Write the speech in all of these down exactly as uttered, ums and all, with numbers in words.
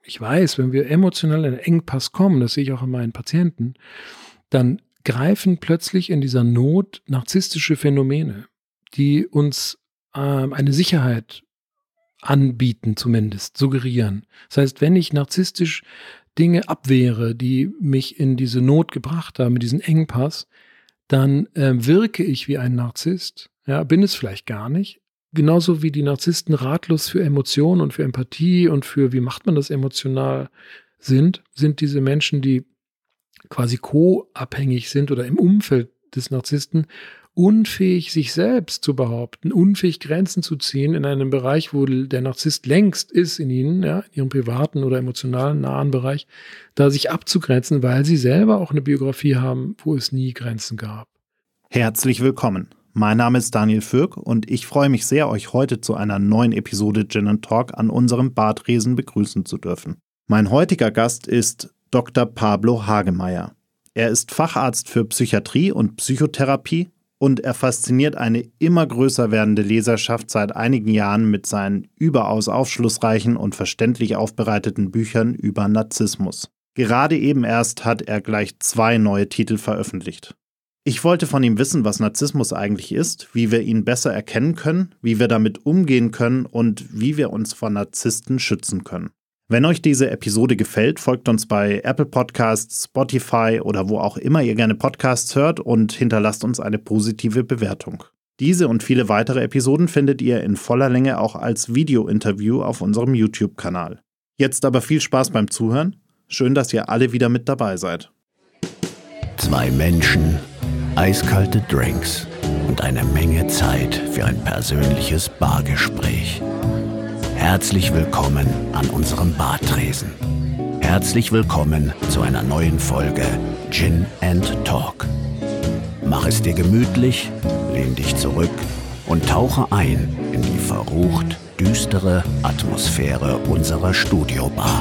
ich weiß, wenn wir emotional in einen Engpass kommen, das sehe ich auch in meinen Patienten, dann greifen plötzlich in dieser Not narzisstische Phänomene, die uns ähm, eine Sicherheit anbieten, zumindest suggerieren. Das heißt, wenn ich narzisstisch Dinge abwehre, die mich in diese Not gebracht haben, in diesen Engpass, dann äh, wirke ich wie ein Narzisst, ja, bin es vielleicht gar nicht. Genauso wie die Narzissten ratlos für Emotionen und für Empathie und für, wie macht man das emotional sind, sind diese Menschen, die quasi co-abhängig sind oder im Umfeld des Narzissten, unfähig, sich selbst zu behaupten, unfähig, Grenzen zu ziehen in einem Bereich, wo der Narzisst längst ist in ihnen, ja, in ihrem privaten oder emotionalen nahen Bereich, da sich abzugrenzen, weil sie selber auch eine Biografie haben, wo es nie Grenzen gab. Herzlich willkommen. Mein Name ist Daniel Fürk und ich freue mich sehr, euch heute zu einer neuen Episode Gin and Talk an unserem Bartresen begrüßen zu dürfen. Mein heutiger Gast ist Doktor Pablo Hagemeyer. Er ist Facharzt für Psychiatrie und Psychotherapie und er fasziniert eine immer größer werdende Leserschaft seit einigen Jahren mit seinen überaus aufschlussreichen und verständlich aufbereiteten Büchern über Narzissmus. Gerade eben erst hat er gleich zwei neue Titel veröffentlicht. Ich wollte von ihm wissen, was Narzissmus eigentlich ist, wie wir ihn besser erkennen können, wie wir damit umgehen können und wie wir uns vor Narzissten schützen können. Wenn euch diese Episode gefällt, folgt uns bei Apple Podcasts, Spotify oder wo auch immer ihr gerne Podcasts hört und hinterlasst uns eine positive Bewertung. Diese und viele weitere Episoden findet ihr in voller Länge auch als Video-Interview auf unserem YouTube-Kanal. Jetzt aber viel Spaß beim Zuhören. Schön, dass ihr alle wieder mit dabei seid. Zwei Menschen, eiskalte Drinks und eine Menge Zeit für ein persönliches Bargespräch. Herzlich willkommen an unserem Bartresen. Herzlich willkommen zu einer neuen Folge Gin and Talk. Mach es dir gemütlich, lehn dich zurück und tauche ein in die verrucht düstere Atmosphäre unserer Studiobar.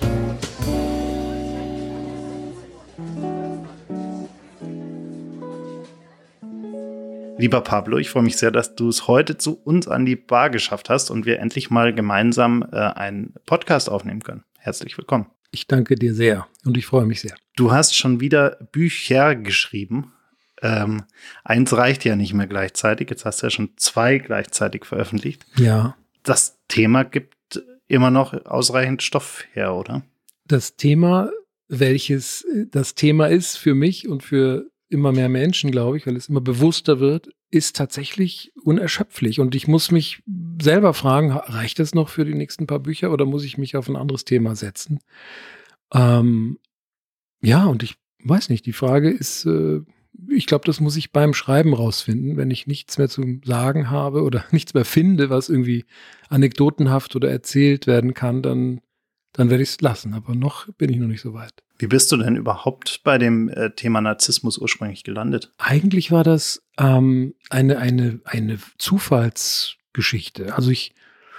Lieber Pablo, ich freue mich sehr, dass du es heute zu uns an die Bar geschafft hast und wir endlich mal gemeinsam äh, einen Podcast aufnehmen können. Herzlich willkommen. Ich danke dir sehr und ich freue mich sehr. Du hast schon wieder Bücher geschrieben. Ähm, eins reicht ja nicht mehr gleichzeitig. Jetzt hast du ja schon zwei gleichzeitig veröffentlicht. Ja. Das Thema gibt immer noch ausreichend Stoff her, oder? Das Thema, welches das Thema ist für mich und für immer mehr Menschen, glaube ich, weil es immer bewusster wird, ist tatsächlich unerschöpflich. Und ich muss mich selber fragen, reicht das noch für die nächsten paar Bücher oder muss ich mich auf ein anderes Thema setzen? Ähm, ja, und ich weiß nicht, die Frage ist, äh, ich glaube, das muss ich beim Schreiben rausfinden, wenn ich nichts mehr zu sagen habe oder nichts mehr finde, was irgendwie anekdotenhaft oder erzählt werden kann, dann, dann werde ich es lassen. Aber noch bin ich noch nicht so weit. Wie bist du denn überhaupt bei dem äh, Thema Narzissmus ursprünglich gelandet? Eigentlich war das ähm, eine, eine, eine Zufallsgeschichte. Also ich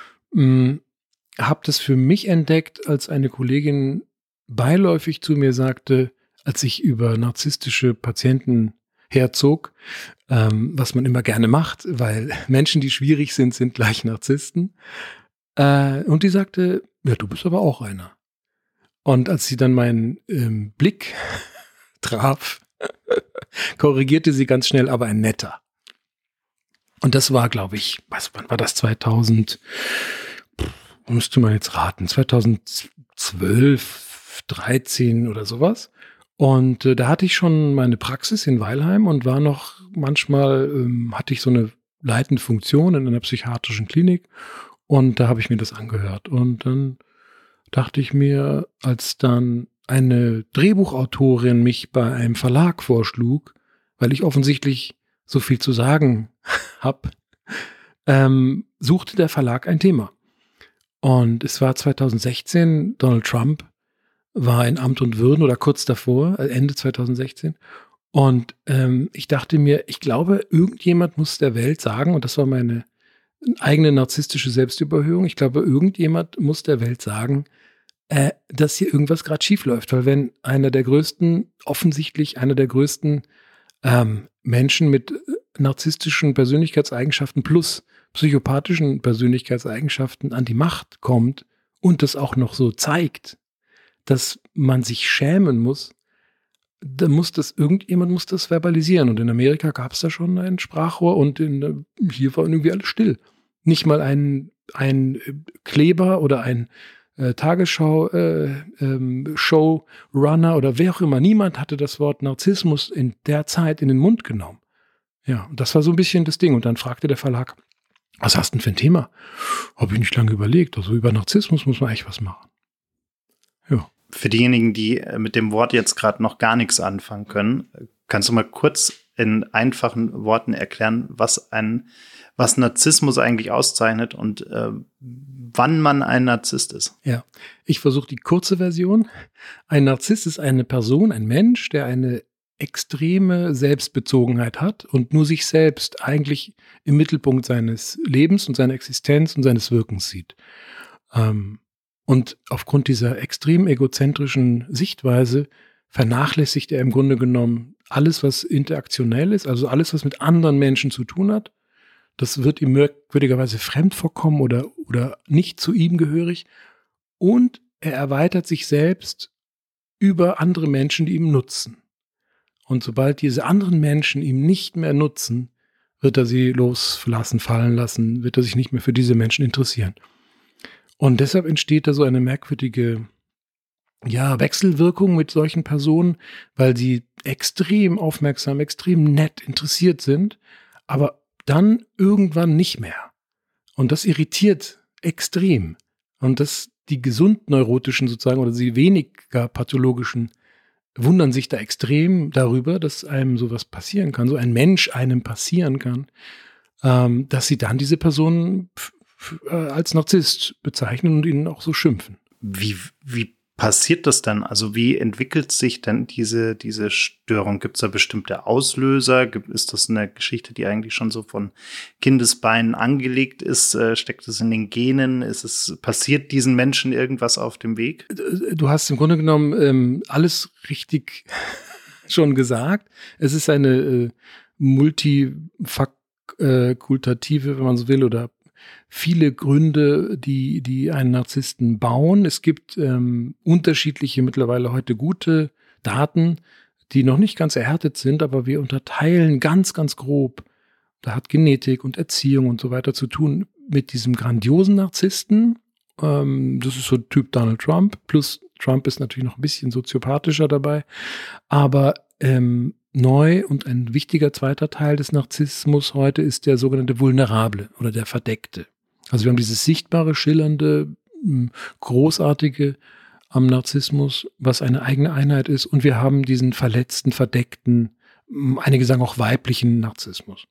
habe das für mich entdeckt, als eine Kollegin beiläufig zu mir sagte, als ich über narzisstische Patienten herzog, ähm, was man immer gerne macht, weil Menschen, die schwierig sind, sind gleich Narzissten. Äh, und die sagte, ja, du bist aber auch einer. Und als sie dann meinen ähm, Blick traf, korrigierte sie ganz schnell, aber ein netter. Und das war, glaube ich, was, wann war das? zweitausend, müsste man jetzt raten, zweitausendzwölf, dreizehn oder sowas. Und äh, da hatte ich schon meine Praxis in Weilheim und war noch, manchmal ähm, hatte ich so eine leitende Funktion in einer psychiatrischen Klinik und da habe ich mir das angehört. Und dann dachte ich mir, als dann eine Drehbuchautorin mich bei einem Verlag vorschlug, weil ich offensichtlich so viel zu sagen habe, ähm, suchte der Verlag ein Thema. Und es war zweitausendsechzehn, Donald Trump war in Amt und Würden oder kurz davor, Ende zweitausendsechzehn. Und ähm, ich dachte mir, ich glaube, irgendjemand muss der Welt sagen, und das war meine eigene narzisstische Selbstüberhöhung, ich glaube, irgendjemand muss der Welt sagen, äh, dass hier irgendwas gerade schief läuft. Weil wenn einer der größten, offensichtlich einer der größten ähm, Menschen mit narzisstischen Persönlichkeitseigenschaften plus psychopathischen Persönlichkeitseigenschaften an die Macht kommt und das auch noch so zeigt, dass man sich schämen muss, dann muss das, irgendjemand muss das verbalisieren. Und in Amerika gab es da schon ein Sprachrohr und in, hier war irgendwie alles still. Nicht mal ein, ein Kleber oder ein äh, Tagesschau-Showrunner äh, ähm, oder wer auch immer. Niemand hatte das Wort Narzissmus in der Zeit in den Mund genommen. Ja, und das war so ein bisschen das Ding. Und dann fragte der Verlag, was hast du denn für ein Thema? Habe ich nicht lange überlegt. Also über Narzissmus muss man echt was machen. Ja. Für diejenigen, die mit dem Wort jetzt gerade noch gar nichts anfangen können, kannst du mal kurz in einfachen Worten erklären, was ein, was Narzissmus eigentlich auszeichnet und äh, wann man ein Narzisst ist? Ja, ich versuche die kurze Version. Ein Narzisst ist eine Person, ein Mensch, der eine extreme Selbstbezogenheit hat und nur sich selbst eigentlich im Mittelpunkt seines Lebens und seiner Existenz und seines Wirkens sieht. Ähm, Und aufgrund dieser extrem egozentrischen Sichtweise vernachlässigt er im Grunde genommen alles, was interaktionell ist, also alles, was mit anderen Menschen zu tun hat. Das wird ihm merkwürdigerweise fremd vorkommen oder, oder nicht zu ihm gehörig. Und er erweitert sich selbst über andere Menschen, die ihm nutzen. Und sobald diese anderen Menschen ihm nicht mehr nutzen, wird er sie loslassen, fallen lassen, wird er sich nicht mehr für diese Menschen interessieren. Und deshalb entsteht da so eine merkwürdige, ja, Wechselwirkung mit solchen Personen, weil sie extrem aufmerksam, extrem nett interessiert sind, aber dann irgendwann nicht mehr. Und das irritiert extrem. Und das, die gesund neurotischen sozusagen oder die weniger pathologischen wundern sich da extrem darüber, dass einem sowas passieren kann, so ein Mensch einem passieren kann, ähm, dass sie dann diese Person als Narzisst bezeichnen und ihnen auch so schimpfen. Wie, wie passiert das dann? Also wie entwickelt sich denn diese, diese Störung? Gibt es da bestimmte Auslöser? Gibt, ist das eine Geschichte, die eigentlich schon so von Kindesbeinen angelegt ist? Äh, steckt es in den Genen? Ist es, passiert diesen Menschen irgendwas auf dem Weg? Du hast im Grunde genommen ähm, alles richtig schon gesagt. Es ist eine äh, multifakultative, wenn man so will, oder viele Gründe, die, die einen Narzissten bauen. Es gibt ähm, unterschiedliche, mittlerweile heute gute Daten, die noch nicht ganz erhärtet sind, aber wir unterteilen ganz, ganz grob. Da hat Genetik und Erziehung und so weiter zu tun mit diesem grandiosen Narzissten. Ähm, das ist so Typ Donald Trump. Plus Trump ist natürlich noch ein bisschen soziopathischer dabei. Aber ähm, neu und ein wichtiger zweiter Teil des Narzissmus heute ist der sogenannte Vulnerable oder der Verdeckte. Also wir haben dieses sichtbare, schillernde, großartige am Narzissmus, was eine eigene Einheit ist, und wir haben diesen verletzten, verdeckten, einige sagen auch weiblichen Narzissmus.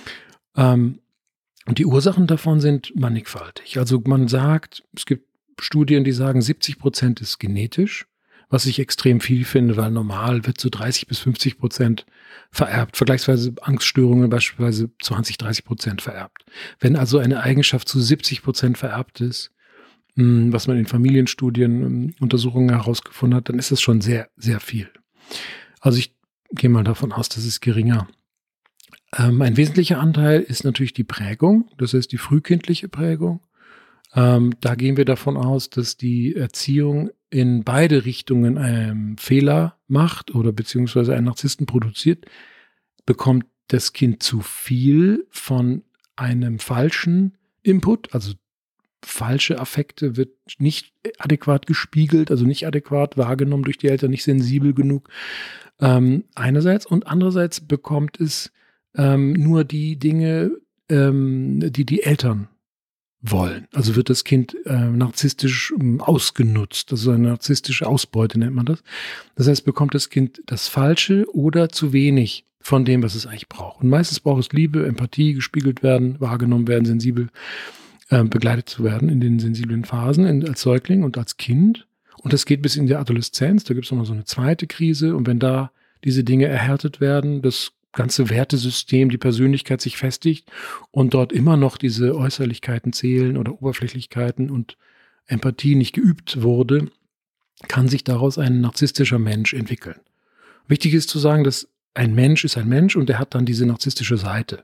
Ähm, und die Ursachen davon sind mannigfaltig. Also man sagt, es gibt Studien, die sagen, siebzig Prozent ist genetisch, was ich extrem viel finde, weil normal wird so dreißig bis fünfzig Prozent vererbt. Vergleichsweise Angststörungen beispielsweise zwanzig, dreißig Prozent vererbt. Wenn also eine Eigenschaft zu siebzig Prozent vererbt ist, was man in Familienstudien, Untersuchungen herausgefunden hat, dann ist das schon sehr, sehr viel. Also ich gehe mal davon aus, das ist geringer. Ähm, ein wesentlicher Anteil ist natürlich die Prägung, das heißt die frühkindliche Prägung. Ähm, da gehen wir davon aus, dass die Erziehung in beide Richtungen einen Fehler macht oder beziehungsweise einen Narzissten produziert. Bekommt das Kind zu viel von einem falschen Input, also falsche Affekte, wird nicht adäquat gespiegelt, also nicht adäquat wahrgenommen durch die Eltern, nicht sensibel genug. Ähm, einerseits und andererseits bekommt es ähm, nur die Dinge, ähm, die die Eltern wollen. Also wird das Kind äh, narzisstisch ähm, ausgenutzt. Also eine narzisstische Ausbeute nennt man das. Das heißt, bekommt das Kind das Falsche oder zu wenig von dem, was es eigentlich braucht. Und meistens braucht es Liebe, Empathie, gespiegelt werden, wahrgenommen werden, sensibel äh, begleitet zu werden in den sensiblen Phasen in, als Säugling und als Kind. Und das geht bis in die Adoleszenz. Da gibt es nochmal so eine zweite Krise. Und wenn da diese Dinge erhärtet werden, das ganze Wertesystem, die Persönlichkeit sich festigt und dort immer noch diese Äußerlichkeiten zählen oder Oberflächlichkeiten und Empathie nicht geübt wurde, kann sich daraus ein narzisstischer Mensch entwickeln. Wichtig ist zu sagen, dass ein Mensch ist ein Mensch und der hat dann diese narzisstische Seite.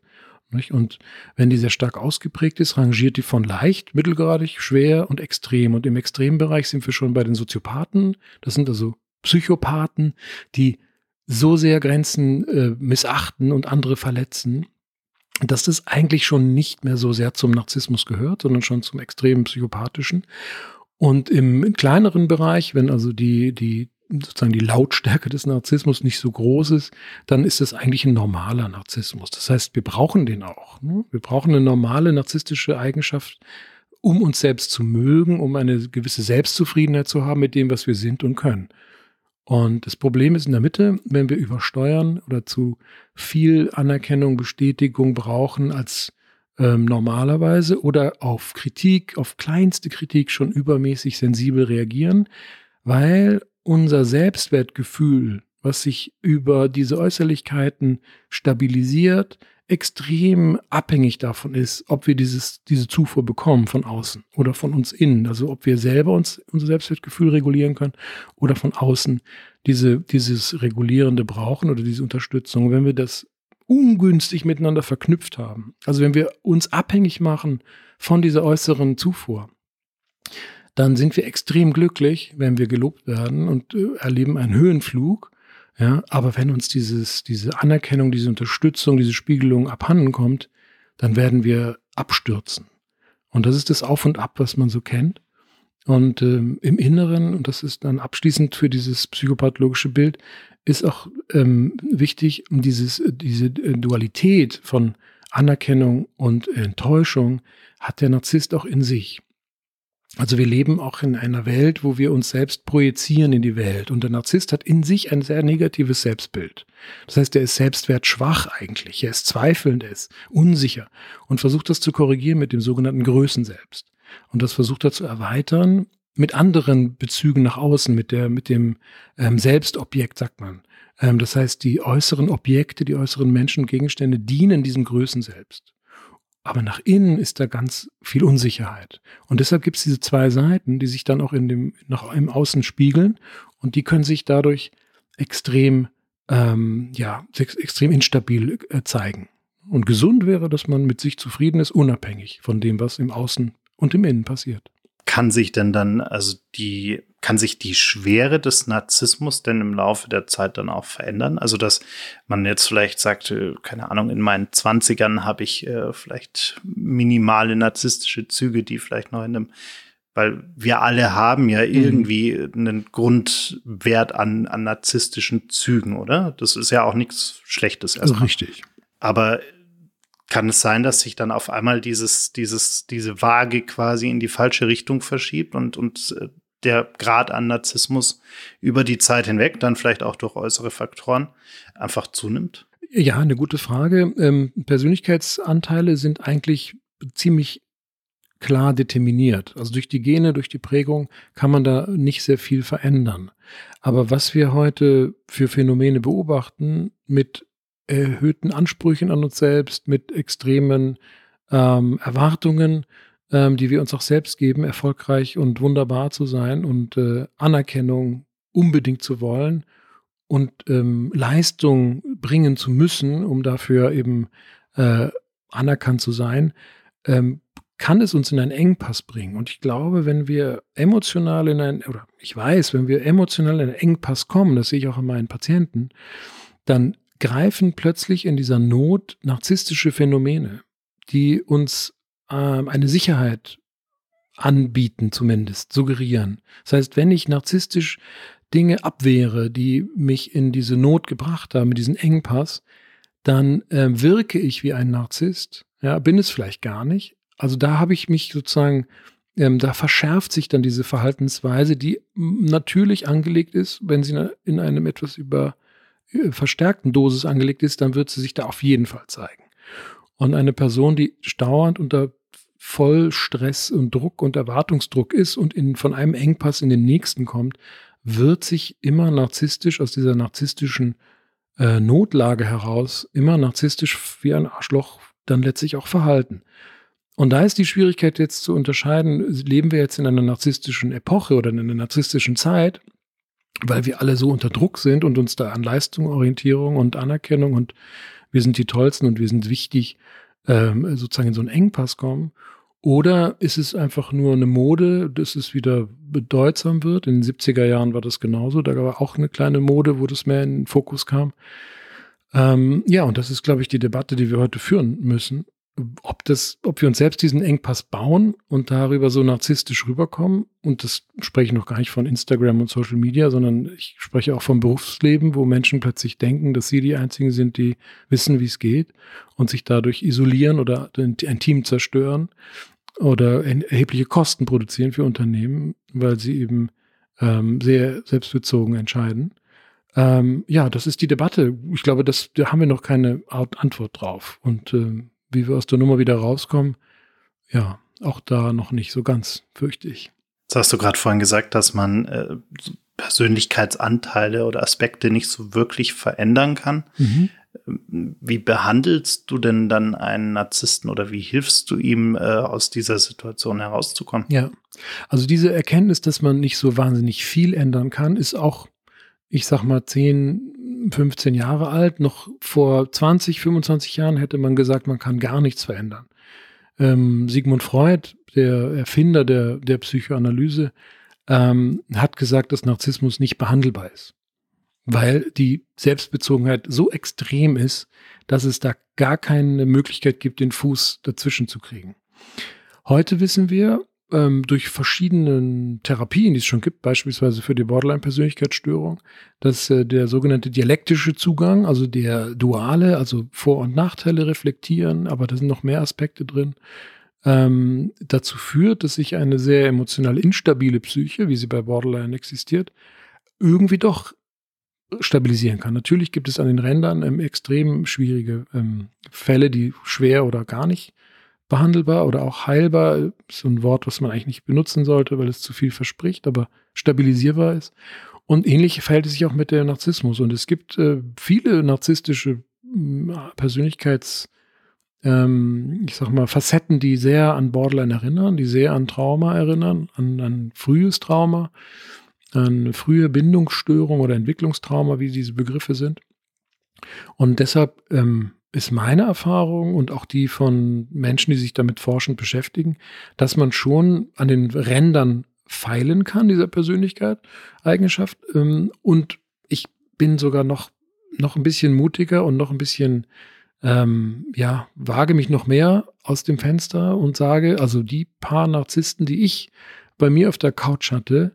Nicht? Und wenn die sehr stark ausgeprägt ist, rangiert die von leicht, mittelgradig, schwer und extrem. Und im Extrembereich sind wir schon bei den Soziopathen. Das sind also Psychopathen, die so sehr Grenzen äh, missachten und andere verletzen, dass das eigentlich schon nicht mehr so sehr zum Narzissmus gehört, sondern schon zum extremen Psychopathischen. Und im kleineren Bereich, wenn also die, die sozusagen die Lautstärke des Narzissmus nicht so groß ist, dann ist das eigentlich ein normaler Narzissmus. Das heißt, wir brauchen den auch. Ne? Wir brauchen eine normale narzisstische Eigenschaft, um uns selbst zu mögen, um eine gewisse Selbstzufriedenheit zu haben mit dem, was wir sind und können. Und das Problem ist in der Mitte, wenn wir übersteuern oder zu viel Anerkennung, Bestätigung brauchen als ähm, normalerweise oder auf Kritik, auf kleinste Kritik schon übermäßig sensibel reagieren, weil unser Selbstwertgefühl, was sich über diese Äußerlichkeiten stabilisiert, extrem abhängig davon ist, ob wir dieses, diese Zufuhr bekommen von außen oder von uns innen. Also ob wir selber uns unser Selbstwertgefühl regulieren können oder von außen diese, dieses Regulierende brauchen oder diese Unterstützung. Wenn wir das ungünstig miteinander verknüpft haben, also wenn wir uns abhängig machen von dieser äußeren Zufuhr, dann sind wir extrem glücklich, wenn wir gelobt werden und äh, erleben einen Höhenflug. Ja, aber wenn uns dieses, diese Anerkennung, diese Unterstützung, diese Spiegelung abhanden kommt, dann werden wir abstürzen. Und das ist das Auf und Ab, was man so kennt. Und ähm, im Inneren, und das ist dann abschließend für dieses psychopathologische Bild, ist auch ähm, wichtig, dieses, diese Dualität von Anerkennung und Enttäuschung hat der Narzisst auch in sich. Also wir leben auch in einer Welt, wo wir uns selbst projizieren in die Welt. Und der Narzisst hat in sich ein sehr negatives Selbstbild. Das heißt, er ist selbstwertschwach eigentlich. Er ist zweifelnd, er ist unsicher und versucht das zu korrigieren mit dem sogenannten Größenselbst. Und das versucht er zu erweitern mit anderen Bezügen nach außen, mit der, mit dem ähm, Selbstobjekt, sagt man. Ähm, das heißt, die äußeren Objekte, die äußeren Menschen und Gegenstände dienen diesem Größenselbst. Aber nach innen ist da ganz viel Unsicherheit. Und deshalb gibt es diese zwei Seiten, die sich dann auch in dem, nach im Außen spiegeln. Und die können sich dadurch extrem, ähm, ja, extrem instabil äh, zeigen. Und gesund wäre, dass man mit sich zufrieden ist, unabhängig von dem, was im Außen und im Innen passiert. Kann sich denn dann, also die, kann sich die Schwere des Narzissmus denn im Laufe der Zeit dann auch verändern? Also, dass man jetzt vielleicht sagt, keine Ahnung, in meinen Zwanzigern habe ich äh, vielleicht minimale narzisstische Züge, die vielleicht noch in einem, weil wir alle haben ja irgendwie mhm. einen Grundwert an, an narzisstischen Zügen, oder? Das ist ja auch nichts Schlechtes erstmal. Also richtig. Aber kann es sein, dass sich dann auf einmal dieses, dieses, diese Waage quasi in die falsche Richtung verschiebt und, und der Grad an Narzissmus über die Zeit hinweg, dann vielleicht auch durch äußere Faktoren, einfach zunimmt? Ja, eine gute Frage. Ähm, Persönlichkeitsanteile sind eigentlich ziemlich klar determiniert. Also durch die Gene, durch die Prägung kann man da nicht sehr viel verändern. Aber was wir heute für Phänomene beobachten, mit erhöhten Ansprüchen an uns selbst, mit extremen ähm, Erwartungen, ähm, die wir uns auch selbst geben, erfolgreich und wunderbar zu sein und äh, Anerkennung unbedingt zu wollen und ähm, Leistung bringen zu müssen, um dafür eben äh, anerkannt zu sein, ähm, kann es uns in einen Engpass bringen. Und ich glaube, wenn wir emotional in einen, oder ich weiß, wenn wir emotional in einen Engpass kommen, das sehe ich auch an meinen Patienten, dann greifen plötzlich in dieser Not narzisstische Phänomene, die uns ähm, eine Sicherheit anbieten, zumindest suggerieren. Das heißt, wenn ich narzisstisch Dinge abwehre, die mich in diese Not gebracht haben, in diesen Engpass, dann äh, wirke ich wie ein Narzisst, ja, bin es vielleicht gar nicht. Also da habe ich mich sozusagen, ähm, da verschärft sich dann diese Verhaltensweise, die natürlich angelegt ist, wenn sie in einem etwas über verstärkten Dosis angelegt ist, dann wird sie sich da auf jeden Fall zeigen. Und eine Person, die dauernd unter voll Stress und Druck und Erwartungsdruck ist und in, von einem Engpass in den nächsten kommt, wird sich immer narzisstisch aus dieser narzisstischen äh, Notlage heraus, immer narzisstisch wie ein Arschloch dann letztlich auch verhalten. Und da ist die Schwierigkeit jetzt zu unterscheiden, leben wir jetzt in einer narzisstischen Epoche oder in einer narzisstischen Zeit, weil wir alle so unter Druck sind und uns da an Leistung, Orientierung und Anerkennung und wir sind die Tollsten und wir sind wichtig ähm, sozusagen in so einen Engpass kommen? Oder ist es einfach nur eine Mode, dass es wieder bedeutsam wird? In den siebziger Jahren war das genauso. Da war auch eine kleine Mode, wo das mehr in den Fokus kam. Ähm, ja, und das ist, glaube ich, die Debatte, die wir heute führen müssen. Ob das, ob wir uns selbst diesen Engpass bauen und darüber so narzisstisch rüberkommen. Und das spreche ich noch gar nicht von Instagram und Social Media, sondern ich spreche auch vom Berufsleben, wo Menschen plötzlich denken, dass sie die Einzigen sind, die wissen, wie es geht und sich dadurch isolieren oder ein Team zerstören oder erhebliche Kosten produzieren für Unternehmen, weil sie eben ähm, sehr selbstbezogen entscheiden. Ähm, ja, das ist die Debatte. Ich glaube, das, da haben wir noch keine Antwort drauf. Und äh, wie wir aus der Nummer wieder rauskommen, ja, auch da noch nicht so ganz, fürchte ich. Jetzt hast du gerade vorhin gesagt, dass man äh, Persönlichkeitsanteile oder Aspekte nicht so wirklich verändern kann. Mhm. Wie behandelst du denn dann einen Narzissten oder wie hilfst du ihm, äh, aus dieser Situation herauszukommen? Ja, also diese Erkenntnis, dass man nicht so wahnsinnig viel ändern kann, ist auch, ich sag mal, zehn, fünfzehn Jahre alt. Noch vor zwanzig, fünfundzwanzig Jahren hätte man gesagt, man kann gar nichts verändern. Ähm, Sigmund Freud, der Erfinder der, der Psychoanalyse, ähm, hat gesagt, dass Narzissmus nicht behandelbar ist. Weil die Selbstbezogenheit so extrem ist, dass es da gar keine Möglichkeit gibt, den Fuß dazwischen zu kriegen. Heute wissen wir, ähm, durch verschiedene Therapien, die es schon gibt, beispielsweise für die Borderline-Persönlichkeitsstörung, dass äh, der sogenannte dialektische Zugang, also der duale, also Vor- und Nachteile reflektieren, aber da sind noch mehr Aspekte drin, ähm, dazu führt, dass sich eine sehr emotional instabile Psyche, wie sie bei Borderline existiert, irgendwie doch stabilisieren kann. Natürlich gibt es an den Rändern ähm, extrem schwierige ähm, Fälle, die schwer oder gar nicht behandelbar oder auch heilbar, so ein Wort, was man eigentlich nicht benutzen sollte, weil es zu viel verspricht, aber stabilisierbar ist. Und ähnlich verhält es sich auch mit dem Narzissmus. Und es gibt äh, viele narzisstische äh, Persönlichkeits, ähm, ich sag mal, Facetten, die sehr an Borderline erinnern, die sehr an Trauma erinnern, an, an frühes Trauma, eine frühe Bindungsstörung oder Entwicklungstrauma, wie diese Begriffe sind. Und deshalb ähm, ist meine Erfahrung und auch die von Menschen, die sich damit forschend beschäftigen, dass man schon an den Rändern feilen kann, dieser Persönlichkeit, Eigenschaft. Ähm, und ich bin sogar noch, noch ein bisschen mutiger und noch ein bisschen, ähm, ja, wage mich noch mehr aus dem Fenster und sage, also die paar Narzissten, die ich bei mir auf der Couch hatte,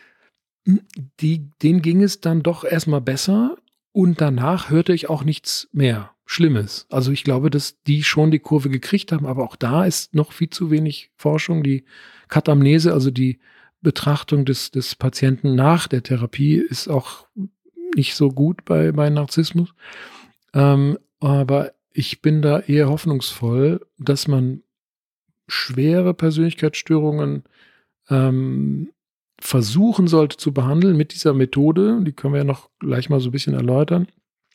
Die, denen ging es dann doch erstmal besser und danach hörte ich auch nichts mehr Schlimmes. Also ich glaube, dass die schon die Kurve gekriegt haben, aber auch da ist noch viel zu wenig Forschung. Die Katamnese, also die Betrachtung des, des Patienten nach der Therapie, ist auch nicht so gut bei, bei Narzissmus. Ähm, aber ich bin da eher hoffnungsvoll, dass man schwere Persönlichkeitsstörungen ähm, versuchen sollte zu behandeln mit dieser Methode, die können wir ja noch gleich mal so ein bisschen erläutern.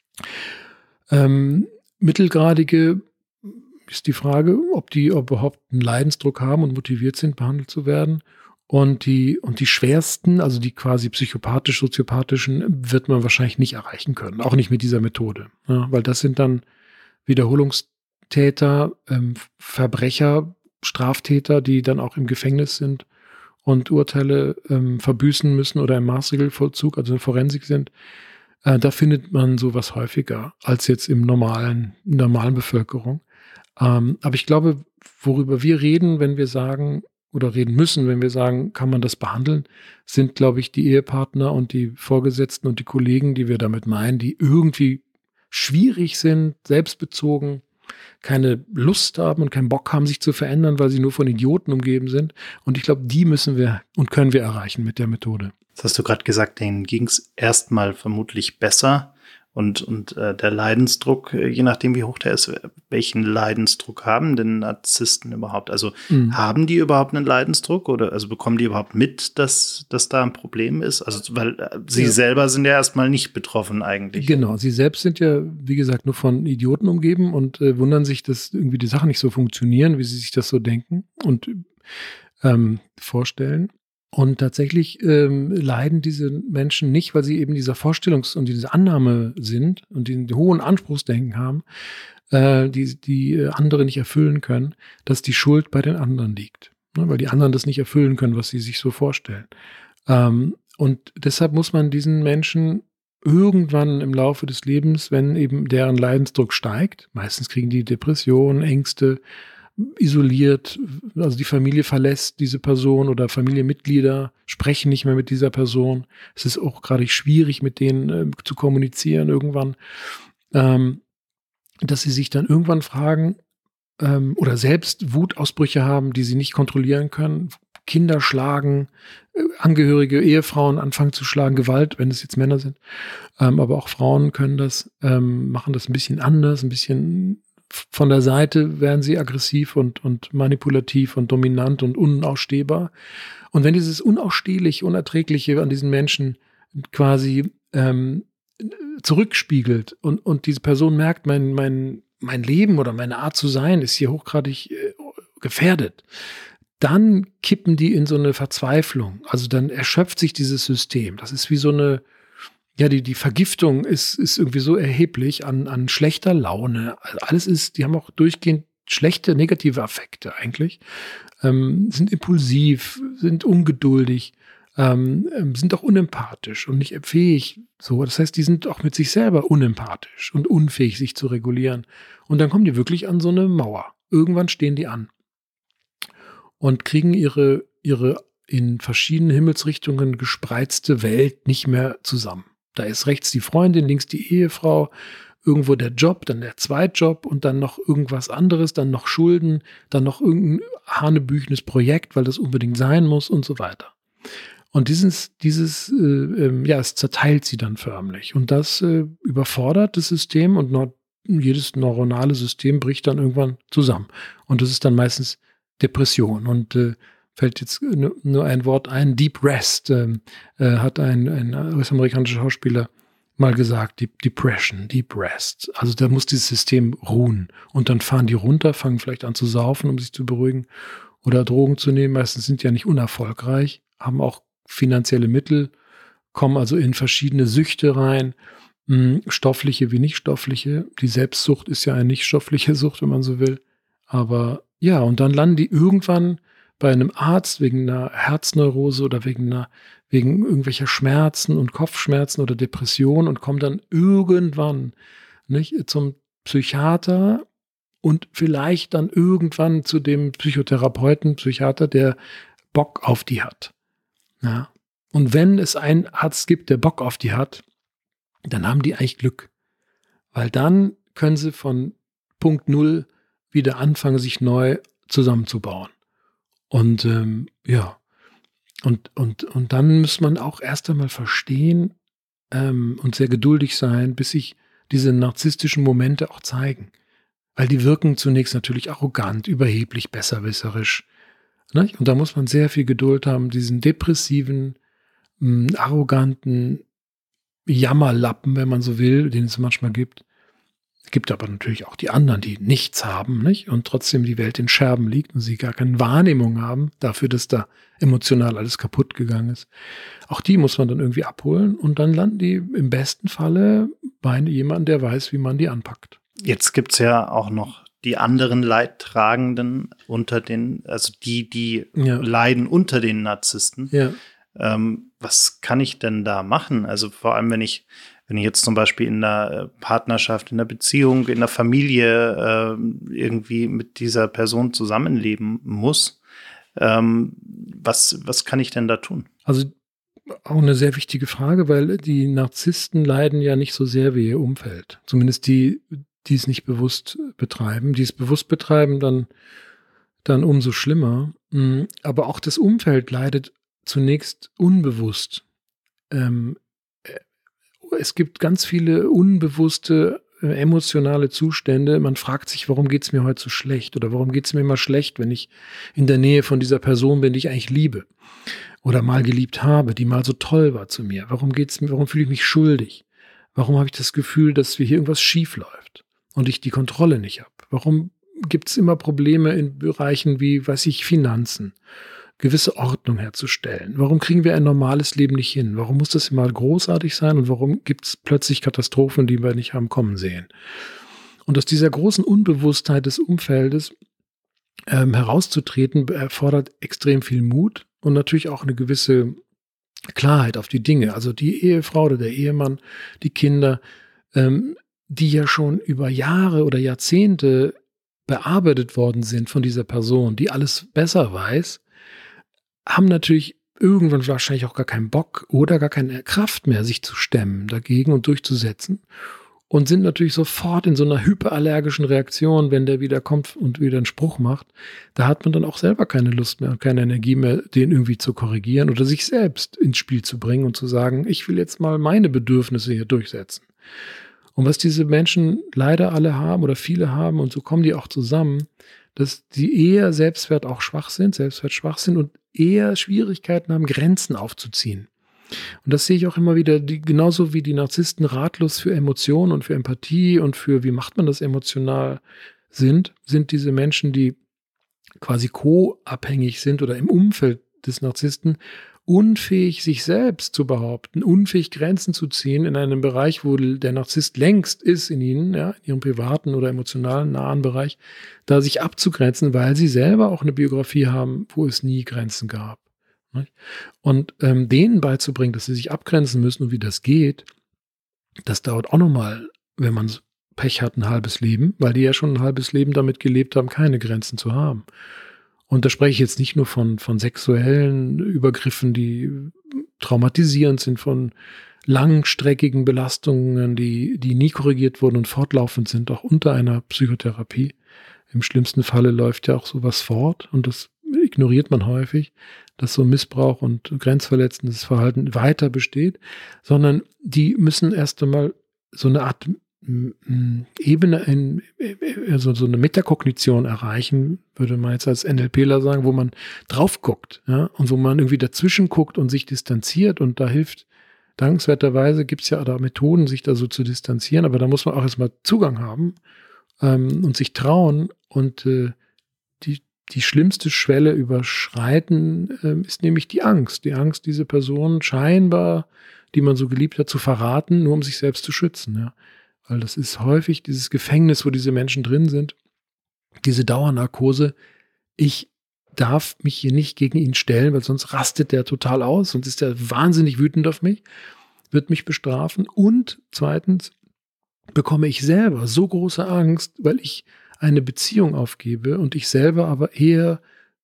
Ähm, mittelgradige ist die Frage, ob die ob überhaupt einen Leidensdruck haben und motiviert sind, behandelt zu werden. Und die, und die schwersten, also die quasi psychopathisch-soziopathischen, wird man wahrscheinlich nicht erreichen können, auch nicht mit dieser Methode. Ja, weil das sind dann Wiederholungstäter, ähm, Verbrecher, Straftäter, die dann auch im Gefängnis sind und Urteile ähm, verbüßen müssen oder im Maßregelvollzug, also in Forensik sind, äh, da findet man sowas häufiger als jetzt im normalen, in der normalen Bevölkerung. Ähm, aber ich glaube, worüber wir reden, wenn wir sagen, oder reden müssen, wenn wir sagen, kann man das behandeln, sind, glaube ich, die Ehepartner und die Vorgesetzten und die Kollegen, die wir damit meinen, die irgendwie schwierig sind, selbstbezogen, keine Lust haben und keinen Bock haben, sich zu verändern, weil sie nur von Idioten umgeben sind. Und ich glaube, die müssen wir und können wir erreichen mit der Methode. Das hast du gerade gesagt, denen ging es erstmal vermutlich besser. Und, und äh, der Leidensdruck, äh, je nachdem wie hoch der ist, welchen Leidensdruck haben denn Narzissten überhaupt? Also mhm. haben die überhaupt einen Leidensdruck oder also bekommen die überhaupt mit, dass, dass da ein Problem ist? Also weil äh, sie ja. selber sind ja erstmal nicht betroffen eigentlich. Genau, sie selbst sind ja, wie gesagt, nur von Idioten umgeben und äh, wundern sich, dass irgendwie die Sachen nicht so funktionieren, wie sie sich das so denken und ähm, vorstellen. Und tatsächlich ähm, leiden diese Menschen nicht, weil sie eben dieser Vorstellungs- und dieser Annahme sind und diesen hohen Anspruchsdenken haben, äh, die die andere nicht erfüllen können, dass die Schuld bei den anderen liegt. Ne? Weil die anderen das nicht erfüllen können, was sie sich so vorstellen. Ähm, und deshalb muss man diesen Menschen irgendwann im Laufe des Lebens, wenn eben deren Leidensdruck steigt, meistens kriegen die Depressionen, Ängste, isoliert, also die Familie verlässt diese Person oder Familienmitglieder sprechen nicht mehr mit dieser Person. Es ist auch gerade schwierig, mit denen äh, zu kommunizieren irgendwann, ähm, dass sie sich dann irgendwann fragen ähm, oder selbst Wutausbrüche haben, die sie nicht kontrollieren können. Kinder schlagen, äh, Angehörige, Ehefrauen anfangen zu schlagen, Gewalt, wenn es jetzt Männer sind. Ähm, aber auch Frauen können das, ähm, machen das ein bisschen anders, ein bisschen von der Seite werden sie aggressiv und, und manipulativ und dominant und unausstehbar. Und wenn dieses Unausstehliche, Unerträgliche an diesen Menschen quasi ähm, zurückspiegelt und, und diese Person merkt, mein, mein, mein Leben oder meine Art zu sein ist hier hochgradig äh, gefährdet, dann kippen die in so eine Verzweiflung. Also dann erschöpft sich dieses System. Das ist wie so eine Ja, die, die Vergiftung ist, ist irgendwie so erheblich an, an schlechter Laune. Alles ist, die haben auch durchgehend schlechte, negative Affekte eigentlich. Ähm, sind impulsiv, sind ungeduldig, ähm, sind auch unempathisch und nicht fähig. So, das heißt, die sind auch mit sich selber unempathisch und unfähig, sich zu regulieren. Und dann kommen die wirklich an so eine Mauer. Irgendwann stehen die an und kriegen ihre, ihre in verschiedenen Himmelsrichtungen gespreizte Welt nicht mehr zusammen. Da ist rechts die Freundin, links die Ehefrau, irgendwo der Job, dann der Zweitjob und dann noch irgendwas anderes, dann noch Schulden, dann noch irgendein hanebüchenes Projekt, weil das unbedingt sein muss und so weiter. Und dieses, dieses, äh, äh, ja, es zerteilt sie dann förmlich. Und das äh, überfordert das System und neu- jedes neuronale System bricht dann irgendwann zusammen. Und das ist dann meistens Depression. Und äh, fällt jetzt nur ein Wort ein, Deep Rest, ähm, äh, hat ein, ein US-amerikanischer Schauspieler mal gesagt, Deep Depression, Deep Rest. Also da muss dieses System ruhen. Und dann fahren die runter, fangen vielleicht an zu saufen, um sich zu beruhigen oder Drogen zu nehmen. Meistens sind die ja nicht unerfolgreich, haben auch finanzielle Mittel, kommen also in verschiedene Süchte rein, mh, stoffliche wie nicht stoffliche. Die Selbstsucht ist ja eine nicht stoffliche Sucht, wenn man so will. Aber ja, und dann landen die irgendwann bei einem Arzt wegen einer Herzneurose oder wegen einer, wegen irgendwelcher Schmerzen und Kopfschmerzen oder Depression und kommen dann irgendwann nicht, zum Psychiater und vielleicht dann irgendwann zu dem Psychotherapeuten, Psychiater, der Bock auf die hat. Ja. Und wenn es einen Arzt gibt, der Bock auf die hat, dann haben die eigentlich Glück. Weil dann können sie von Punkt Null wieder anfangen, sich neu zusammenzubauen. Und ähm, ja, und, und, und dann muss man auch erst einmal verstehen ähm, und sehr geduldig sein, bis sich diese narzisstischen Momente auch zeigen. Weil die wirken zunächst natürlich arrogant, überheblich, besserwisserisch. Ne? Und da muss man sehr viel Geduld haben, diesen depressiven, mh, arroganten Jammerlappen, wenn man so will, den es manchmal gibt. Es gibt aber natürlich auch die anderen, die nichts haben, nicht? Und trotzdem die Welt in Scherben liegt und sie gar keine Wahrnehmung haben dafür, dass da emotional alles kaputt gegangen ist. Auch die muss man dann irgendwie abholen und dann landen die im besten Falle bei jemandem, der weiß, wie man die anpackt. Jetzt gibt es ja auch noch die anderen Leidtragenden unter den, also die, die ja. leiden unter den Narzissten. Ja. Ähm, was kann ich denn da machen? Also vor allem, wenn ich Wenn ich jetzt zum Beispiel in einer Partnerschaft, in einer Beziehung, in einer Familie äh, irgendwie mit dieser Person zusammenleben muss, ähm, was, was kann ich denn da tun? Also auch eine sehr wichtige Frage, weil die Narzissten leiden ja nicht so sehr wie ihr Umfeld. Zumindest die, die es nicht bewusst betreiben. Die es bewusst betreiben, dann, dann umso schlimmer. Aber auch das Umfeld leidet zunächst unbewusst. Ähm, Es gibt ganz viele unbewusste, äh, emotionale Zustände. Man fragt sich, warum geht es mir heute so schlecht? Oder warum geht es mir immer schlecht, wenn ich in der Nähe von dieser Person bin, die ich eigentlich liebe? Oder mal geliebt habe, die mal so toll war zu mir? Warum geht's mir, warum fühle ich mich schuldig? Warum habe ich das Gefühl, dass wir hier irgendwas schief läuft und ich die Kontrolle nicht habe? Warum gibt es immer Probleme in Bereichen wie, weiß ich, Finanzen? gewisse Ordnung herzustellen? Warum kriegen wir ein normales Leben nicht hin? Warum muss das immer großartig sein und warum gibt es plötzlich Katastrophen, die wir nicht haben kommen sehen? Und aus dieser großen Unbewusstheit des Umfeldes ähm, herauszutreten, erfordert extrem viel Mut und natürlich auch eine gewisse Klarheit auf die Dinge. Also die Ehefrau oder der Ehemann, die Kinder, ähm, die ja schon über Jahre oder Jahrzehnte bearbeitet worden sind von dieser Person, die alles besser weiß, haben natürlich irgendwann wahrscheinlich auch gar keinen Bock oder gar keine Kraft mehr, sich zu stemmen dagegen und durchzusetzen und sind natürlich sofort in so einer hyperallergischen Reaktion, wenn der wieder kommt und wieder einen Spruch macht. Da hat man dann auch selber keine Lust mehr und keine Energie mehr, den irgendwie zu korrigieren oder sich selbst ins Spiel zu bringen und zu sagen, ich will jetzt mal meine Bedürfnisse hier durchsetzen. Und was diese Menschen leider alle haben oder viele haben, und so kommen die auch zusammen, dass die eher Selbstwert auch schwach sind, Selbstwert schwach sind und eher Schwierigkeiten haben, Grenzen aufzuziehen. Und das sehe ich auch immer wieder, die, genauso wie die Narzissten ratlos für Emotionen und für Empathie und für, wie macht man das emotional sind, sind diese Menschen, die quasi co-abhängig sind oder im Umfeld des Narzissten, unfähig, sich selbst zu behaupten, unfähig, Grenzen zu ziehen in einem Bereich, wo der Narzisst längst ist in ihnen, ja, in ihrem privaten oder emotionalen nahen Bereich, da sich abzugrenzen, weil sie selber auch eine Biografie haben, wo es nie Grenzen gab. Nicht? Und ähm, denen beizubringen, dass sie sich abgrenzen müssen und wie das geht, das dauert auch nochmal, wenn man Pech hat, ein halbes Leben, weil die ja schon ein halbes Leben damit gelebt haben, keine Grenzen zu haben. Und da spreche ich jetzt nicht nur von, von sexuellen Übergriffen, die traumatisierend sind, von langstreckigen Belastungen, die, die nie korrigiert wurden und fortlaufend sind, auch unter einer Psychotherapie. Im schlimmsten Falle läuft ja auch sowas fort und das ignoriert man häufig, dass so Missbrauch und grenzverletzendes Verhalten weiter besteht, sondern die müssen erst einmal so eine Art Ebene, in, also so eine Metakognition erreichen, würde man jetzt als NLPler sagen, wo man drauf guckt, ja, und wo man irgendwie dazwischen guckt und sich distanziert, und da hilft, dankenswerterweise gibt es ja da Methoden, sich da so zu distanzieren, aber da muss man auch erstmal Zugang haben ähm, und sich trauen und äh, die, die schlimmste Schwelle überschreiten äh, ist nämlich die Angst, die Angst, diese Person scheinbar, die man so geliebt hat, zu verraten, nur um sich selbst zu schützen, ja. Weil das ist häufig dieses Gefängnis, wo diese Menschen drin sind, diese Dauernarkose. Ich darf mich hier nicht gegen ihn stellen, weil sonst rastet der total aus, sonst ist er wahnsinnig wütend auf mich, wird mich bestrafen. Und zweitens bekomme ich selber so große Angst, weil ich eine Beziehung aufgebe und ich selber aber eher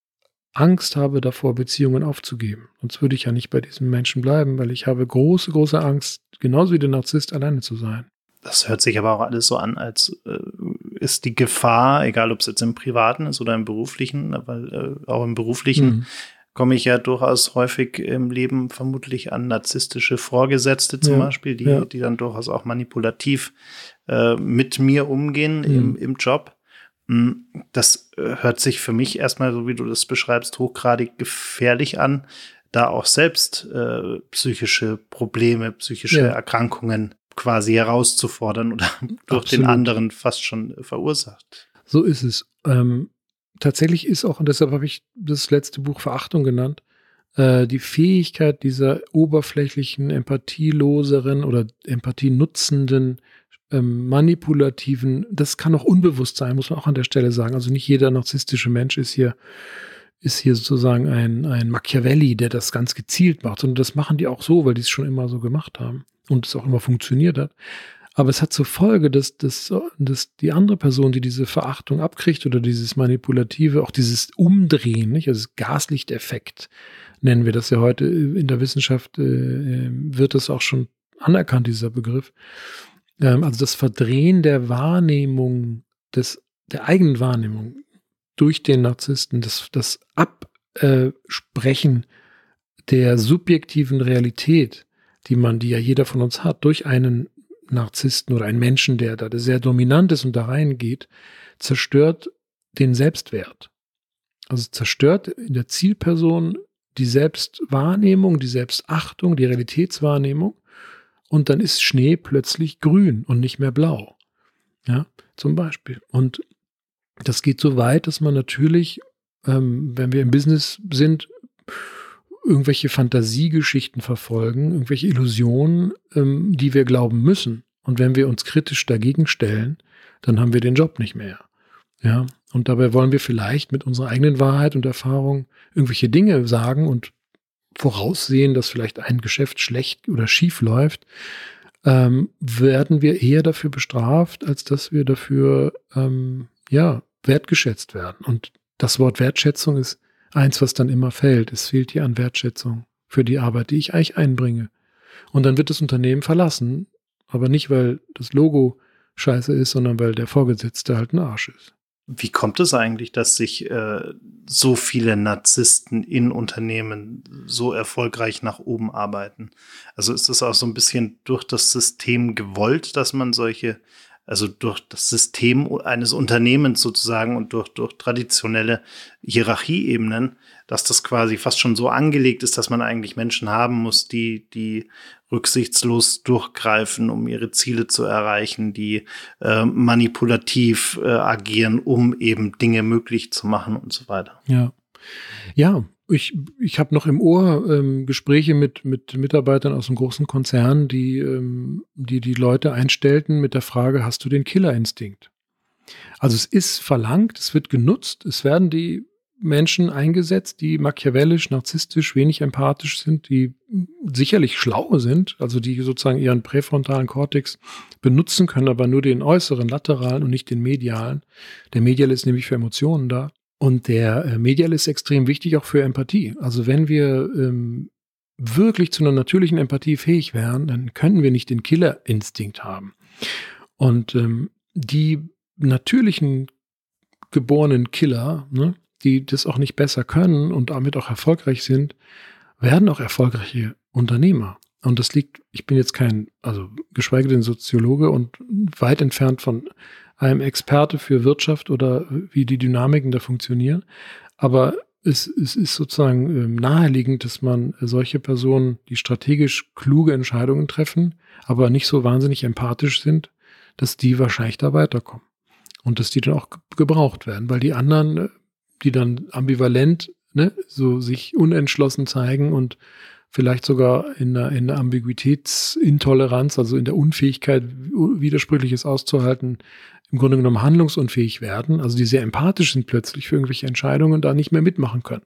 Angst habe davor, Beziehungen aufzugeben. Sonst würde ich ja nicht bei diesem Menschen bleiben, weil ich habe große, große Angst, genauso wie der Narzisst, alleine zu sein. Das hört sich aber auch alles so an, als äh, ist die Gefahr, egal ob es jetzt im Privaten ist oder im Beruflichen, weil äh, auch im Beruflichen mhm. komme ich ja durchaus häufig im Leben vermutlich an narzisstische Vorgesetzte zum ja, Beispiel, die, ja. die dann durchaus auch manipulativ äh, mit mir umgehen mhm. im, im Job. Das äh, hört sich für mich erstmal, so wie du das beschreibst, hochgradig gefährlich an, da auch selbst äh, psychische Probleme, psychische ja. Erkrankungen quasi herauszufordern oder durch Absolut. Den anderen fast schon verursacht. So ist es. Ähm, tatsächlich ist auch, und deshalb habe ich das letzte Buch Verachtung genannt, äh, die Fähigkeit dieser oberflächlichen, empathieloseren oder empathienutzenden, ähm, manipulativen, das kann auch unbewusst sein, muss man auch an der Stelle sagen. Also nicht jeder narzisstische Mensch ist hier ist hier sozusagen ein, ein Machiavelli, der das ganz gezielt macht, sondern das machen die auch so, weil die es schon immer so gemacht haben und es auch immer funktioniert hat. Aber es hat zur Folge, dass, dass, dass die andere Person, die diese Verachtung abkriegt oder dieses Manipulative, auch dieses Umdrehen, nicht? Also Gaslichteffekt nennen wir das ja heute in der Wissenschaft, äh, wird das auch schon anerkannt, dieser Begriff. Ähm, also das Verdrehen der Wahrnehmung, des, der eigenen Wahrnehmung durch den Narzissten, das, das Absprechen äh, der subjektiven Realität, die man, die ja jeder von uns hat, durch einen Narzissten oder einen Menschen, der da sehr dominant ist und da reingeht, zerstört den Selbstwert. Also zerstört in der Zielperson die Selbstwahrnehmung, die Selbstachtung, die Realitätswahrnehmung, und dann ist Schnee plötzlich grün und nicht mehr blau. Ja, zum Beispiel. Und das geht so weit, dass man natürlich, ähm, wenn wir im Business sind, irgendwelche Fantasiegeschichten verfolgen, irgendwelche Illusionen, ähm, die wir glauben müssen. Und wenn wir uns kritisch dagegen stellen, dann haben wir den Job nicht mehr. Ja, und dabei wollen wir vielleicht mit unserer eigenen Wahrheit und Erfahrung irgendwelche Dinge sagen und voraussehen, dass vielleicht ein Geschäft schlecht oder schief läuft, ähm, werden wir eher dafür bestraft, als dass wir dafür ähm, ja, wertgeschätzt werden. Und das Wort Wertschätzung ist eins, was dann immer fällt. Es fehlt hier an Wertschätzung für die Arbeit, die ich eigentlich einbringe. Und dann wird das Unternehmen verlassen, aber nicht, weil das Logo scheiße ist, sondern weil der Vorgesetzte halt ein Arsch ist. Wie kommt es eigentlich, dass sich äh, so viele Narzissten in Unternehmen so erfolgreich nach oben arbeiten? Also ist das auch so ein bisschen durch das System gewollt, dass man solche, also durch das System eines Unternehmens sozusagen und durch, durch traditionelle Hierarchieebenen, dass das quasi fast schon so angelegt ist, dass man eigentlich Menschen haben muss, die, die rücksichtslos durchgreifen, um ihre Ziele zu erreichen, die äh, manipulativ äh, agieren, um eben Dinge möglich zu machen und so weiter. Ja, ja. Ich, ich habe noch im Ohr ähm, Gespräche mit, mit Mitarbeitern aus einem großen Konzern, die, ähm, die die Leute einstellten mit der Frage, hast du den Killerinstinkt? Also es ist verlangt, es wird genutzt, es werden die Menschen eingesetzt, die machiavellisch, narzisstisch, wenig empathisch sind, die sicherlich schlau sind, also die sozusagen ihren präfrontalen Kortex benutzen können, aber nur den äußeren, lateralen und nicht den medialen. Der mediale ist nämlich für Emotionen da. Und der äh, mediale ist extrem wichtig auch für Empathie. Also wenn wir ähm, wirklich zu einer natürlichen Empathie fähig wären, dann könnten wir nicht den Killerinstinkt haben. Und ähm, die natürlichen geborenen Killer, ne, die das auch nicht besser können und damit auch erfolgreich sind, werden auch erfolgreiche Unternehmer. Und das liegt, ich bin jetzt kein, also geschweige denn Soziologe und weit entfernt von einem Experte für Wirtschaft oder wie die Dynamiken da funktionieren. Aber es, es ist sozusagen ähm, naheliegend, dass man solche Personen, die strategisch kluge Entscheidungen treffen, aber nicht so wahnsinnig empathisch sind, dass die wahrscheinlich da weiterkommen. Und dass die dann auch gebraucht werden, weil die anderen, die dann ambivalent, ne, so sich unentschlossen zeigen und vielleicht sogar in der, in der Ambiguitätsintoleranz, also in der Unfähigkeit, Widersprüchliches auszuhalten, im Grunde genommen handlungsunfähig werden, also die sehr empathisch sind plötzlich für irgendwelche Entscheidungen und da nicht mehr mitmachen können.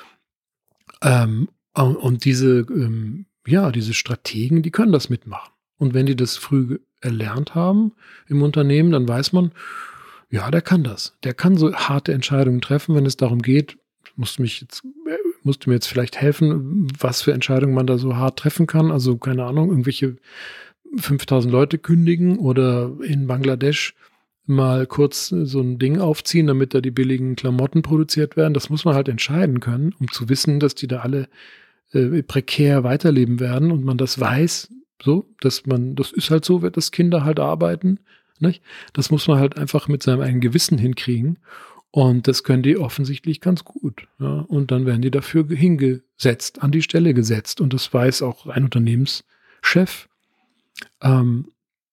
Ähm, und diese, ähm, ja, diese Strategen, die können das mitmachen. Und wenn die das früh erlernt haben im Unternehmen, dann weiß man, ja, der kann das. Der kann so harte Entscheidungen treffen, wenn es darum geht, musste mich jetzt, musste mir jetzt vielleicht helfen, was für Entscheidungen man da so hart treffen kann. Also, keine Ahnung, irgendwelche fünftausend Leute kündigen oder in Bangladesch mal kurz so ein Ding aufziehen, damit da die billigen Klamotten produziert werden. Das muss man halt entscheiden können, um zu wissen, dass die da alle äh, prekär weiterleben werden und man das weiß, so, dass man, das ist halt so, dass Kinder halt arbeiten, nicht? Das muss man halt einfach mit seinem eigenen Gewissen hinkriegen. Und das können die offensichtlich ganz gut. Ja? Und dann werden die dafür hingesetzt, an die Stelle gesetzt. Und das weiß auch ein Unternehmenschef. Ähm,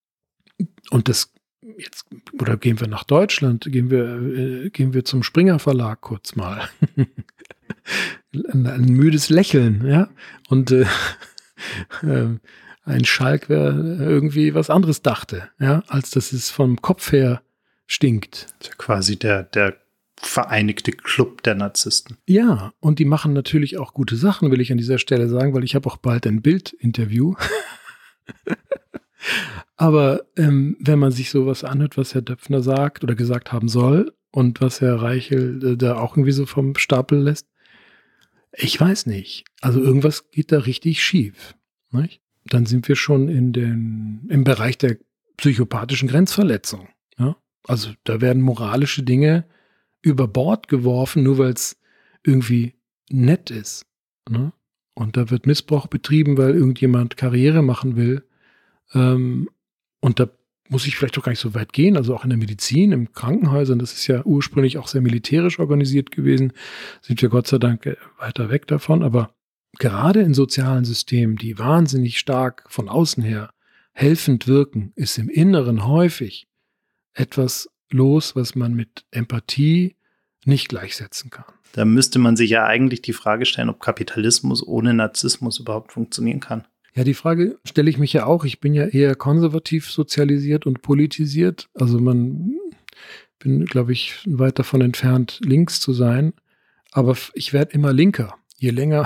und das jetzt, oder gehen wir nach Deutschland, gehen wir, äh, gehen wir zum Springer Verlag kurz mal. ein, ein müdes Lächeln, ja. Und äh, äh, ein Schalk, wer irgendwie was anderes dachte, ja, als dass es vom Kopf her stinkt. Das ist ja quasi der, der vereinigte Club der Narzissten. Ja, und die machen natürlich auch gute Sachen, will ich an dieser Stelle sagen, weil ich habe auch bald ein Bild-Interview. Aber ähm, wenn man sich sowas anhört, was Herr Döpfner sagt oder gesagt haben soll und was Herr Reichel äh, da auch irgendwie so vom Stapel lässt, ich weiß nicht. Also irgendwas geht da richtig schief, nicht? Dann sind wir schon in den, im Bereich der psychopathischen Grenzverletzung. Ja? Also da werden moralische Dinge über Bord geworfen, nur weil es irgendwie nett ist. Ne? Und da wird Missbrauch betrieben, weil irgendjemand Karriere machen will. Ähm, und da muss ich vielleicht auch gar nicht so weit gehen, also auch in der Medizin, im Krankenhäusern, das ist ja ursprünglich auch sehr militärisch organisiert gewesen, sind wir Gott sei Dank weiter weg davon, aber gerade in sozialen Systemen, die wahnsinnig stark von außen her helfend wirken, ist im Inneren häufig etwas los, was man mit Empathie nicht gleichsetzen kann. Da müsste man sich ja eigentlich die Frage stellen, ob Kapitalismus ohne Narzissmus überhaupt funktionieren kann. Ja, die Frage stelle ich mich ja auch. Ich bin ja eher konservativ sozialisiert und politisiert. Also man bin, glaube ich, weit davon entfernt, links zu sein. Aber ich werde immer linker. Je länger,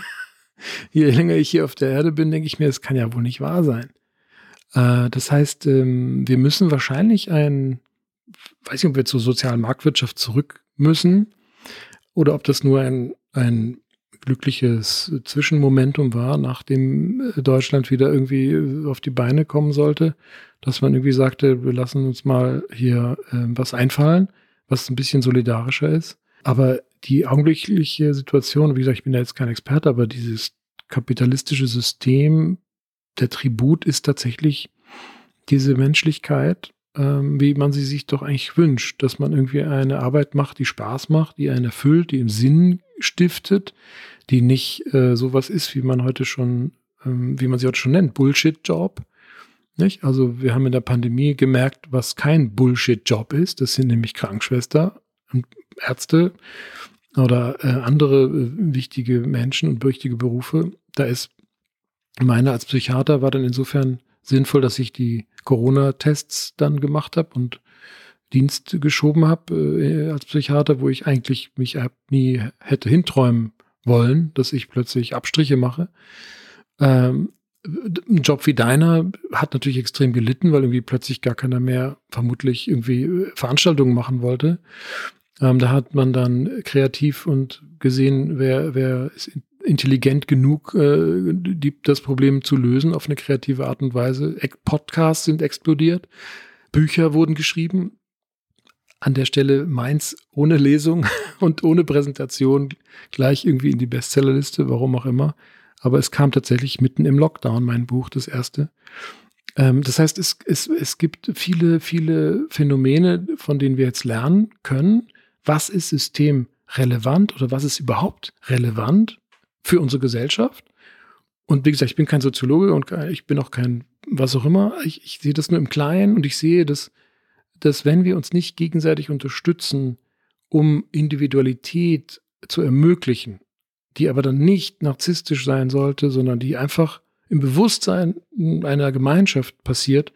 je länger ich hier auf der Erde bin, denke ich mir, das kann ja wohl nicht wahr sein. Äh, das heißt, ähm, wir müssen wahrscheinlich ein, weiß nicht, ob wir zur sozialen Marktwirtschaft zurück müssen oder ob das nur ein, ein glückliches Zwischenmomentum war, nachdem Deutschland wieder irgendwie auf die Beine kommen sollte, dass man irgendwie sagte, wir lassen uns mal hier äh, was einfallen, was ein bisschen solidarischer ist. Aber die augenblickliche Situation, wie gesagt, ich bin ja jetzt kein Experte, aber dieses kapitalistische System, der Tribut ist tatsächlich diese Menschlichkeit, ähm, wie man sie sich doch eigentlich wünscht, dass man irgendwie eine Arbeit macht, die Spaß macht, die einen erfüllt, die im Sinn stiftet, die nicht äh, sowas ist, wie man heute schon, ähm, wie man sie heute schon nennt, Bullshit-Job. Nicht? Also wir haben in der Pandemie gemerkt, was kein Bullshit-Job ist. Das sind nämlich Krankenschwester und Ärzte oder äh, andere äh, wichtige Menschen und wichtige Berufe. Da ist meine als Psychiater war dann insofern sinnvoll, dass ich die Corona-Tests dann gemacht habe und Dienst geschoben habe äh, als Psychiater, wo ich eigentlich mich nie hätte hinträumen wollen, dass ich plötzlich Abstriche mache. Ähm, ein Job wie deiner hat natürlich extrem gelitten, weil irgendwie plötzlich gar keiner mehr vermutlich irgendwie Veranstaltungen machen wollte. Ähm, da hat man dann kreativ und gesehen, wer, wer ist intelligent genug, äh, die, das Problem zu lösen auf eine kreative Art und Weise. Podcasts sind explodiert, Bücher wurden geschrieben. An der Stelle meins ohne Lesung und ohne Präsentation gleich irgendwie in die Bestsellerliste, warum auch immer. Aber es kam tatsächlich mitten im Lockdown, mein Buch, das erste. Ähm, das heißt, es, es, es gibt viele, viele Phänomene, von denen wir jetzt lernen können. Was ist systemrelevant oder was ist überhaupt relevant für unsere Gesellschaft? Und wie gesagt, ich bin kein Soziologe und ich bin auch kein was auch immer. Ich, ich sehe das nur im Kleinen und ich sehe, dass dass wenn wir uns nicht gegenseitig unterstützen, um Individualität zu ermöglichen, die aber dann nicht narzisstisch sein sollte, sondern die einfach im Bewusstsein einer Gemeinschaft passiert,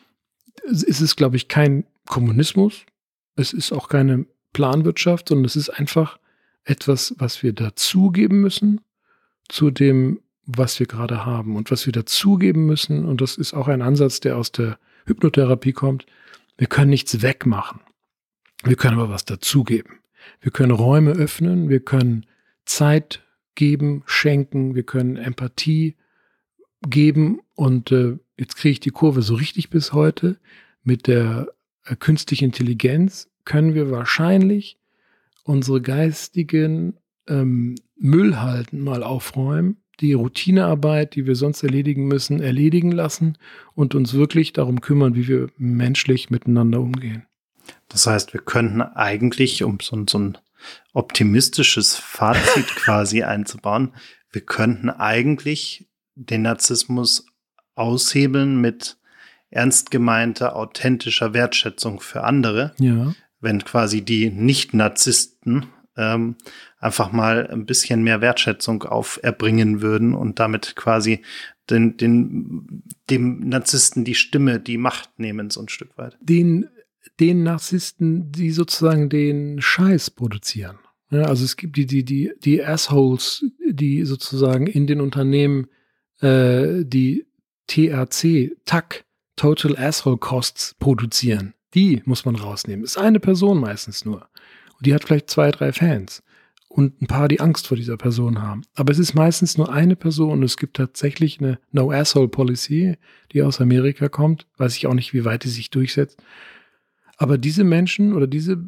ist es, glaube ich, kein Kommunismus. Es ist auch keine Planwirtschaft, sondern es ist einfach etwas, was wir dazugeben müssen zu dem, was wir gerade haben. Und was wir dazugeben müssen, und das ist auch ein Ansatz, der aus der Hypnotherapie kommt, wir können nichts wegmachen. Wir können aber was dazugeben. Wir können Räume öffnen, wir können Zeit geben, schenken, wir können Empathie geben. Und äh, jetzt kriege ich die Kurve so richtig bis heute. Mit der äh, künstlichen Intelligenz können wir wahrscheinlich unsere geistigen ähm, Müllhalden mal aufräumen, die Routinearbeit, die wir sonst erledigen müssen, erledigen lassen und uns wirklich darum kümmern, wie wir menschlich miteinander umgehen. Das heißt, wir könnten eigentlich, um so, so ein optimistisches Fazit quasi einzubauen, wir könnten eigentlich den Narzissmus aushebeln mit ernst gemeinter, authentischer Wertschätzung für andere, ja. Wenn quasi die Nicht-Narzissten ähm, einfach mal ein bisschen mehr Wertschätzung auferbringen würden und damit quasi den, den, dem Narzissten die Stimme, die Macht nehmen, so ein Stück weit. Den, den Narzissten, die sozusagen den Scheiß produzieren. Ja, also es gibt die, die, die, die Assholes, die sozusagen in den Unternehmen äh, die T A C, T A C, Total Asshole Costs produzieren. Die muss man rausnehmen. Ist eine Person meistens nur. Und die hat vielleicht zwei, drei Fans. Und ein paar, die Angst vor dieser Person haben. Aber es ist meistens nur eine Person und es gibt tatsächlich eine No-Asshole-Policy, die aus Amerika kommt. Weiß ich auch nicht, wie weit die sich durchsetzt. Aber diese Menschen oder diese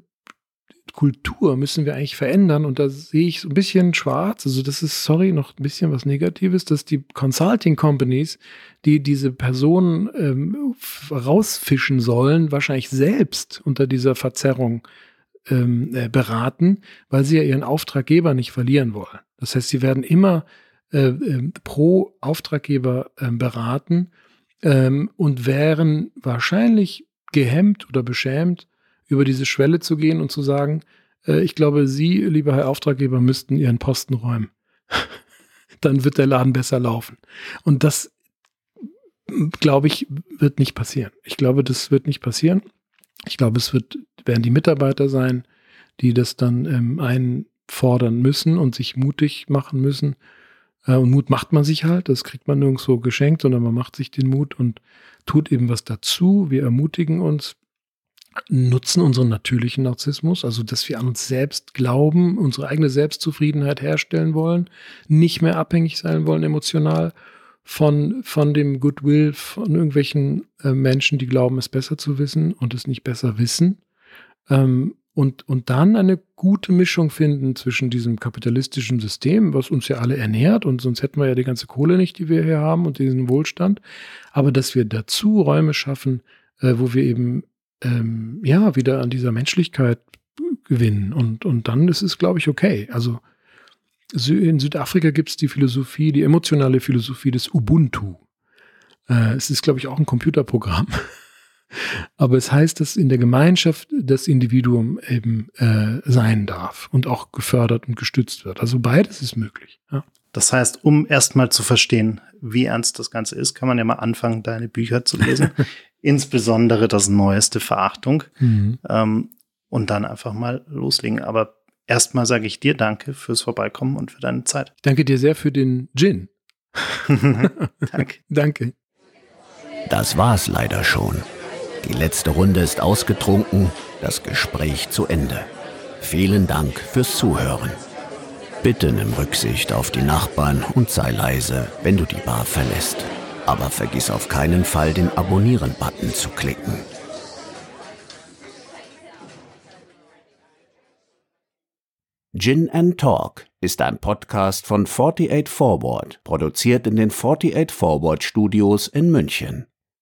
Kultur müssen wir eigentlich verändern und da sehe ich so ein bisschen schwarz. Also das ist, sorry, noch ein bisschen was Negatives, dass die Consulting-Companies, die diese Personen ähm, rausfischen sollen, wahrscheinlich selbst unter dieser Verzerrung ähm, äh, beraten, weil sie ja ihren Auftraggeber nicht verlieren wollen. Das heißt, sie werden immer äh, äh, pro Auftraggeber äh, beraten ähm, und wären wahrscheinlich gehemmt oder beschämt, über diese Schwelle zu gehen und zu sagen, Äh, ich glaube, Sie, lieber Herr Auftraggeber, müssten Ihren Posten räumen. Dann wird der Laden besser laufen. Und das, glaube ich, wird nicht passieren. Ich glaube, das wird nicht passieren. Ich glaube, es wird, werden die Mitarbeiter sein, die das dann ähm, einfordern müssen und sich mutig machen müssen. Äh, und Mut macht man sich halt. Das kriegt man nirgendwo geschenkt, sondern man macht sich den Mut und tut eben was dazu. Wir ermutigen uns, nutzen unseren natürlichen Narzissmus, also dass wir an uns selbst glauben, unsere eigene Selbstzufriedenheit herstellen wollen, nicht mehr abhängig sein wollen emotional von, von dem Goodwill von irgendwelchen äh, Menschen, die glauben, es besser zu wissen und es nicht besser wissen. Ähm, und, und dann eine gute Mischung finden zwischen diesem kapitalistischen System, was uns ja alle ernährt, und sonst hätten wir ja die ganze Kohle nicht, die wir hier haben, und diesen Wohlstand, aber dass wir dazu Räume schaffen, äh, wo wir eben ähm, ja wieder an dieser Menschlichkeit gewinnen. Und, und dann ist es, glaube ich, okay. Also in Südafrika gibt es die Philosophie, die emotionale Philosophie des Ubuntu. Äh, es ist, glaube ich, auch ein Computerprogramm. Aber es heißt, dass in der Gemeinschaft das Individuum eben äh, sein darf und auch gefördert und gestützt wird. Also beides ist möglich. Ja. Das heißt, um erstmal zu verstehen, wie ernst das Ganze ist, kann man ja mal anfangen, deine Bücher zu lesen. Insbesondere das neueste, Verachtung. Mhm. Ähm, und dann einfach mal loslegen. Aber erstmal sage ich dir danke fürs Vorbeikommen und für deine Zeit. Ich danke dir sehr für den Gin. Danke. Danke. Das war's leider schon. Die letzte Runde ist ausgetrunken, das Gespräch zu Ende. Vielen Dank fürs Zuhören. Bitte nimm Rücksicht auf die Nachbarn und sei leise, wenn du die Bar verlässt. Aber vergiss auf keinen Fall, den Abonnieren-Button zu klicken. Gin and Talk ist ein Podcast von achtundvierzig Forward, produziert in den achtundvierzig Forward Studios in München.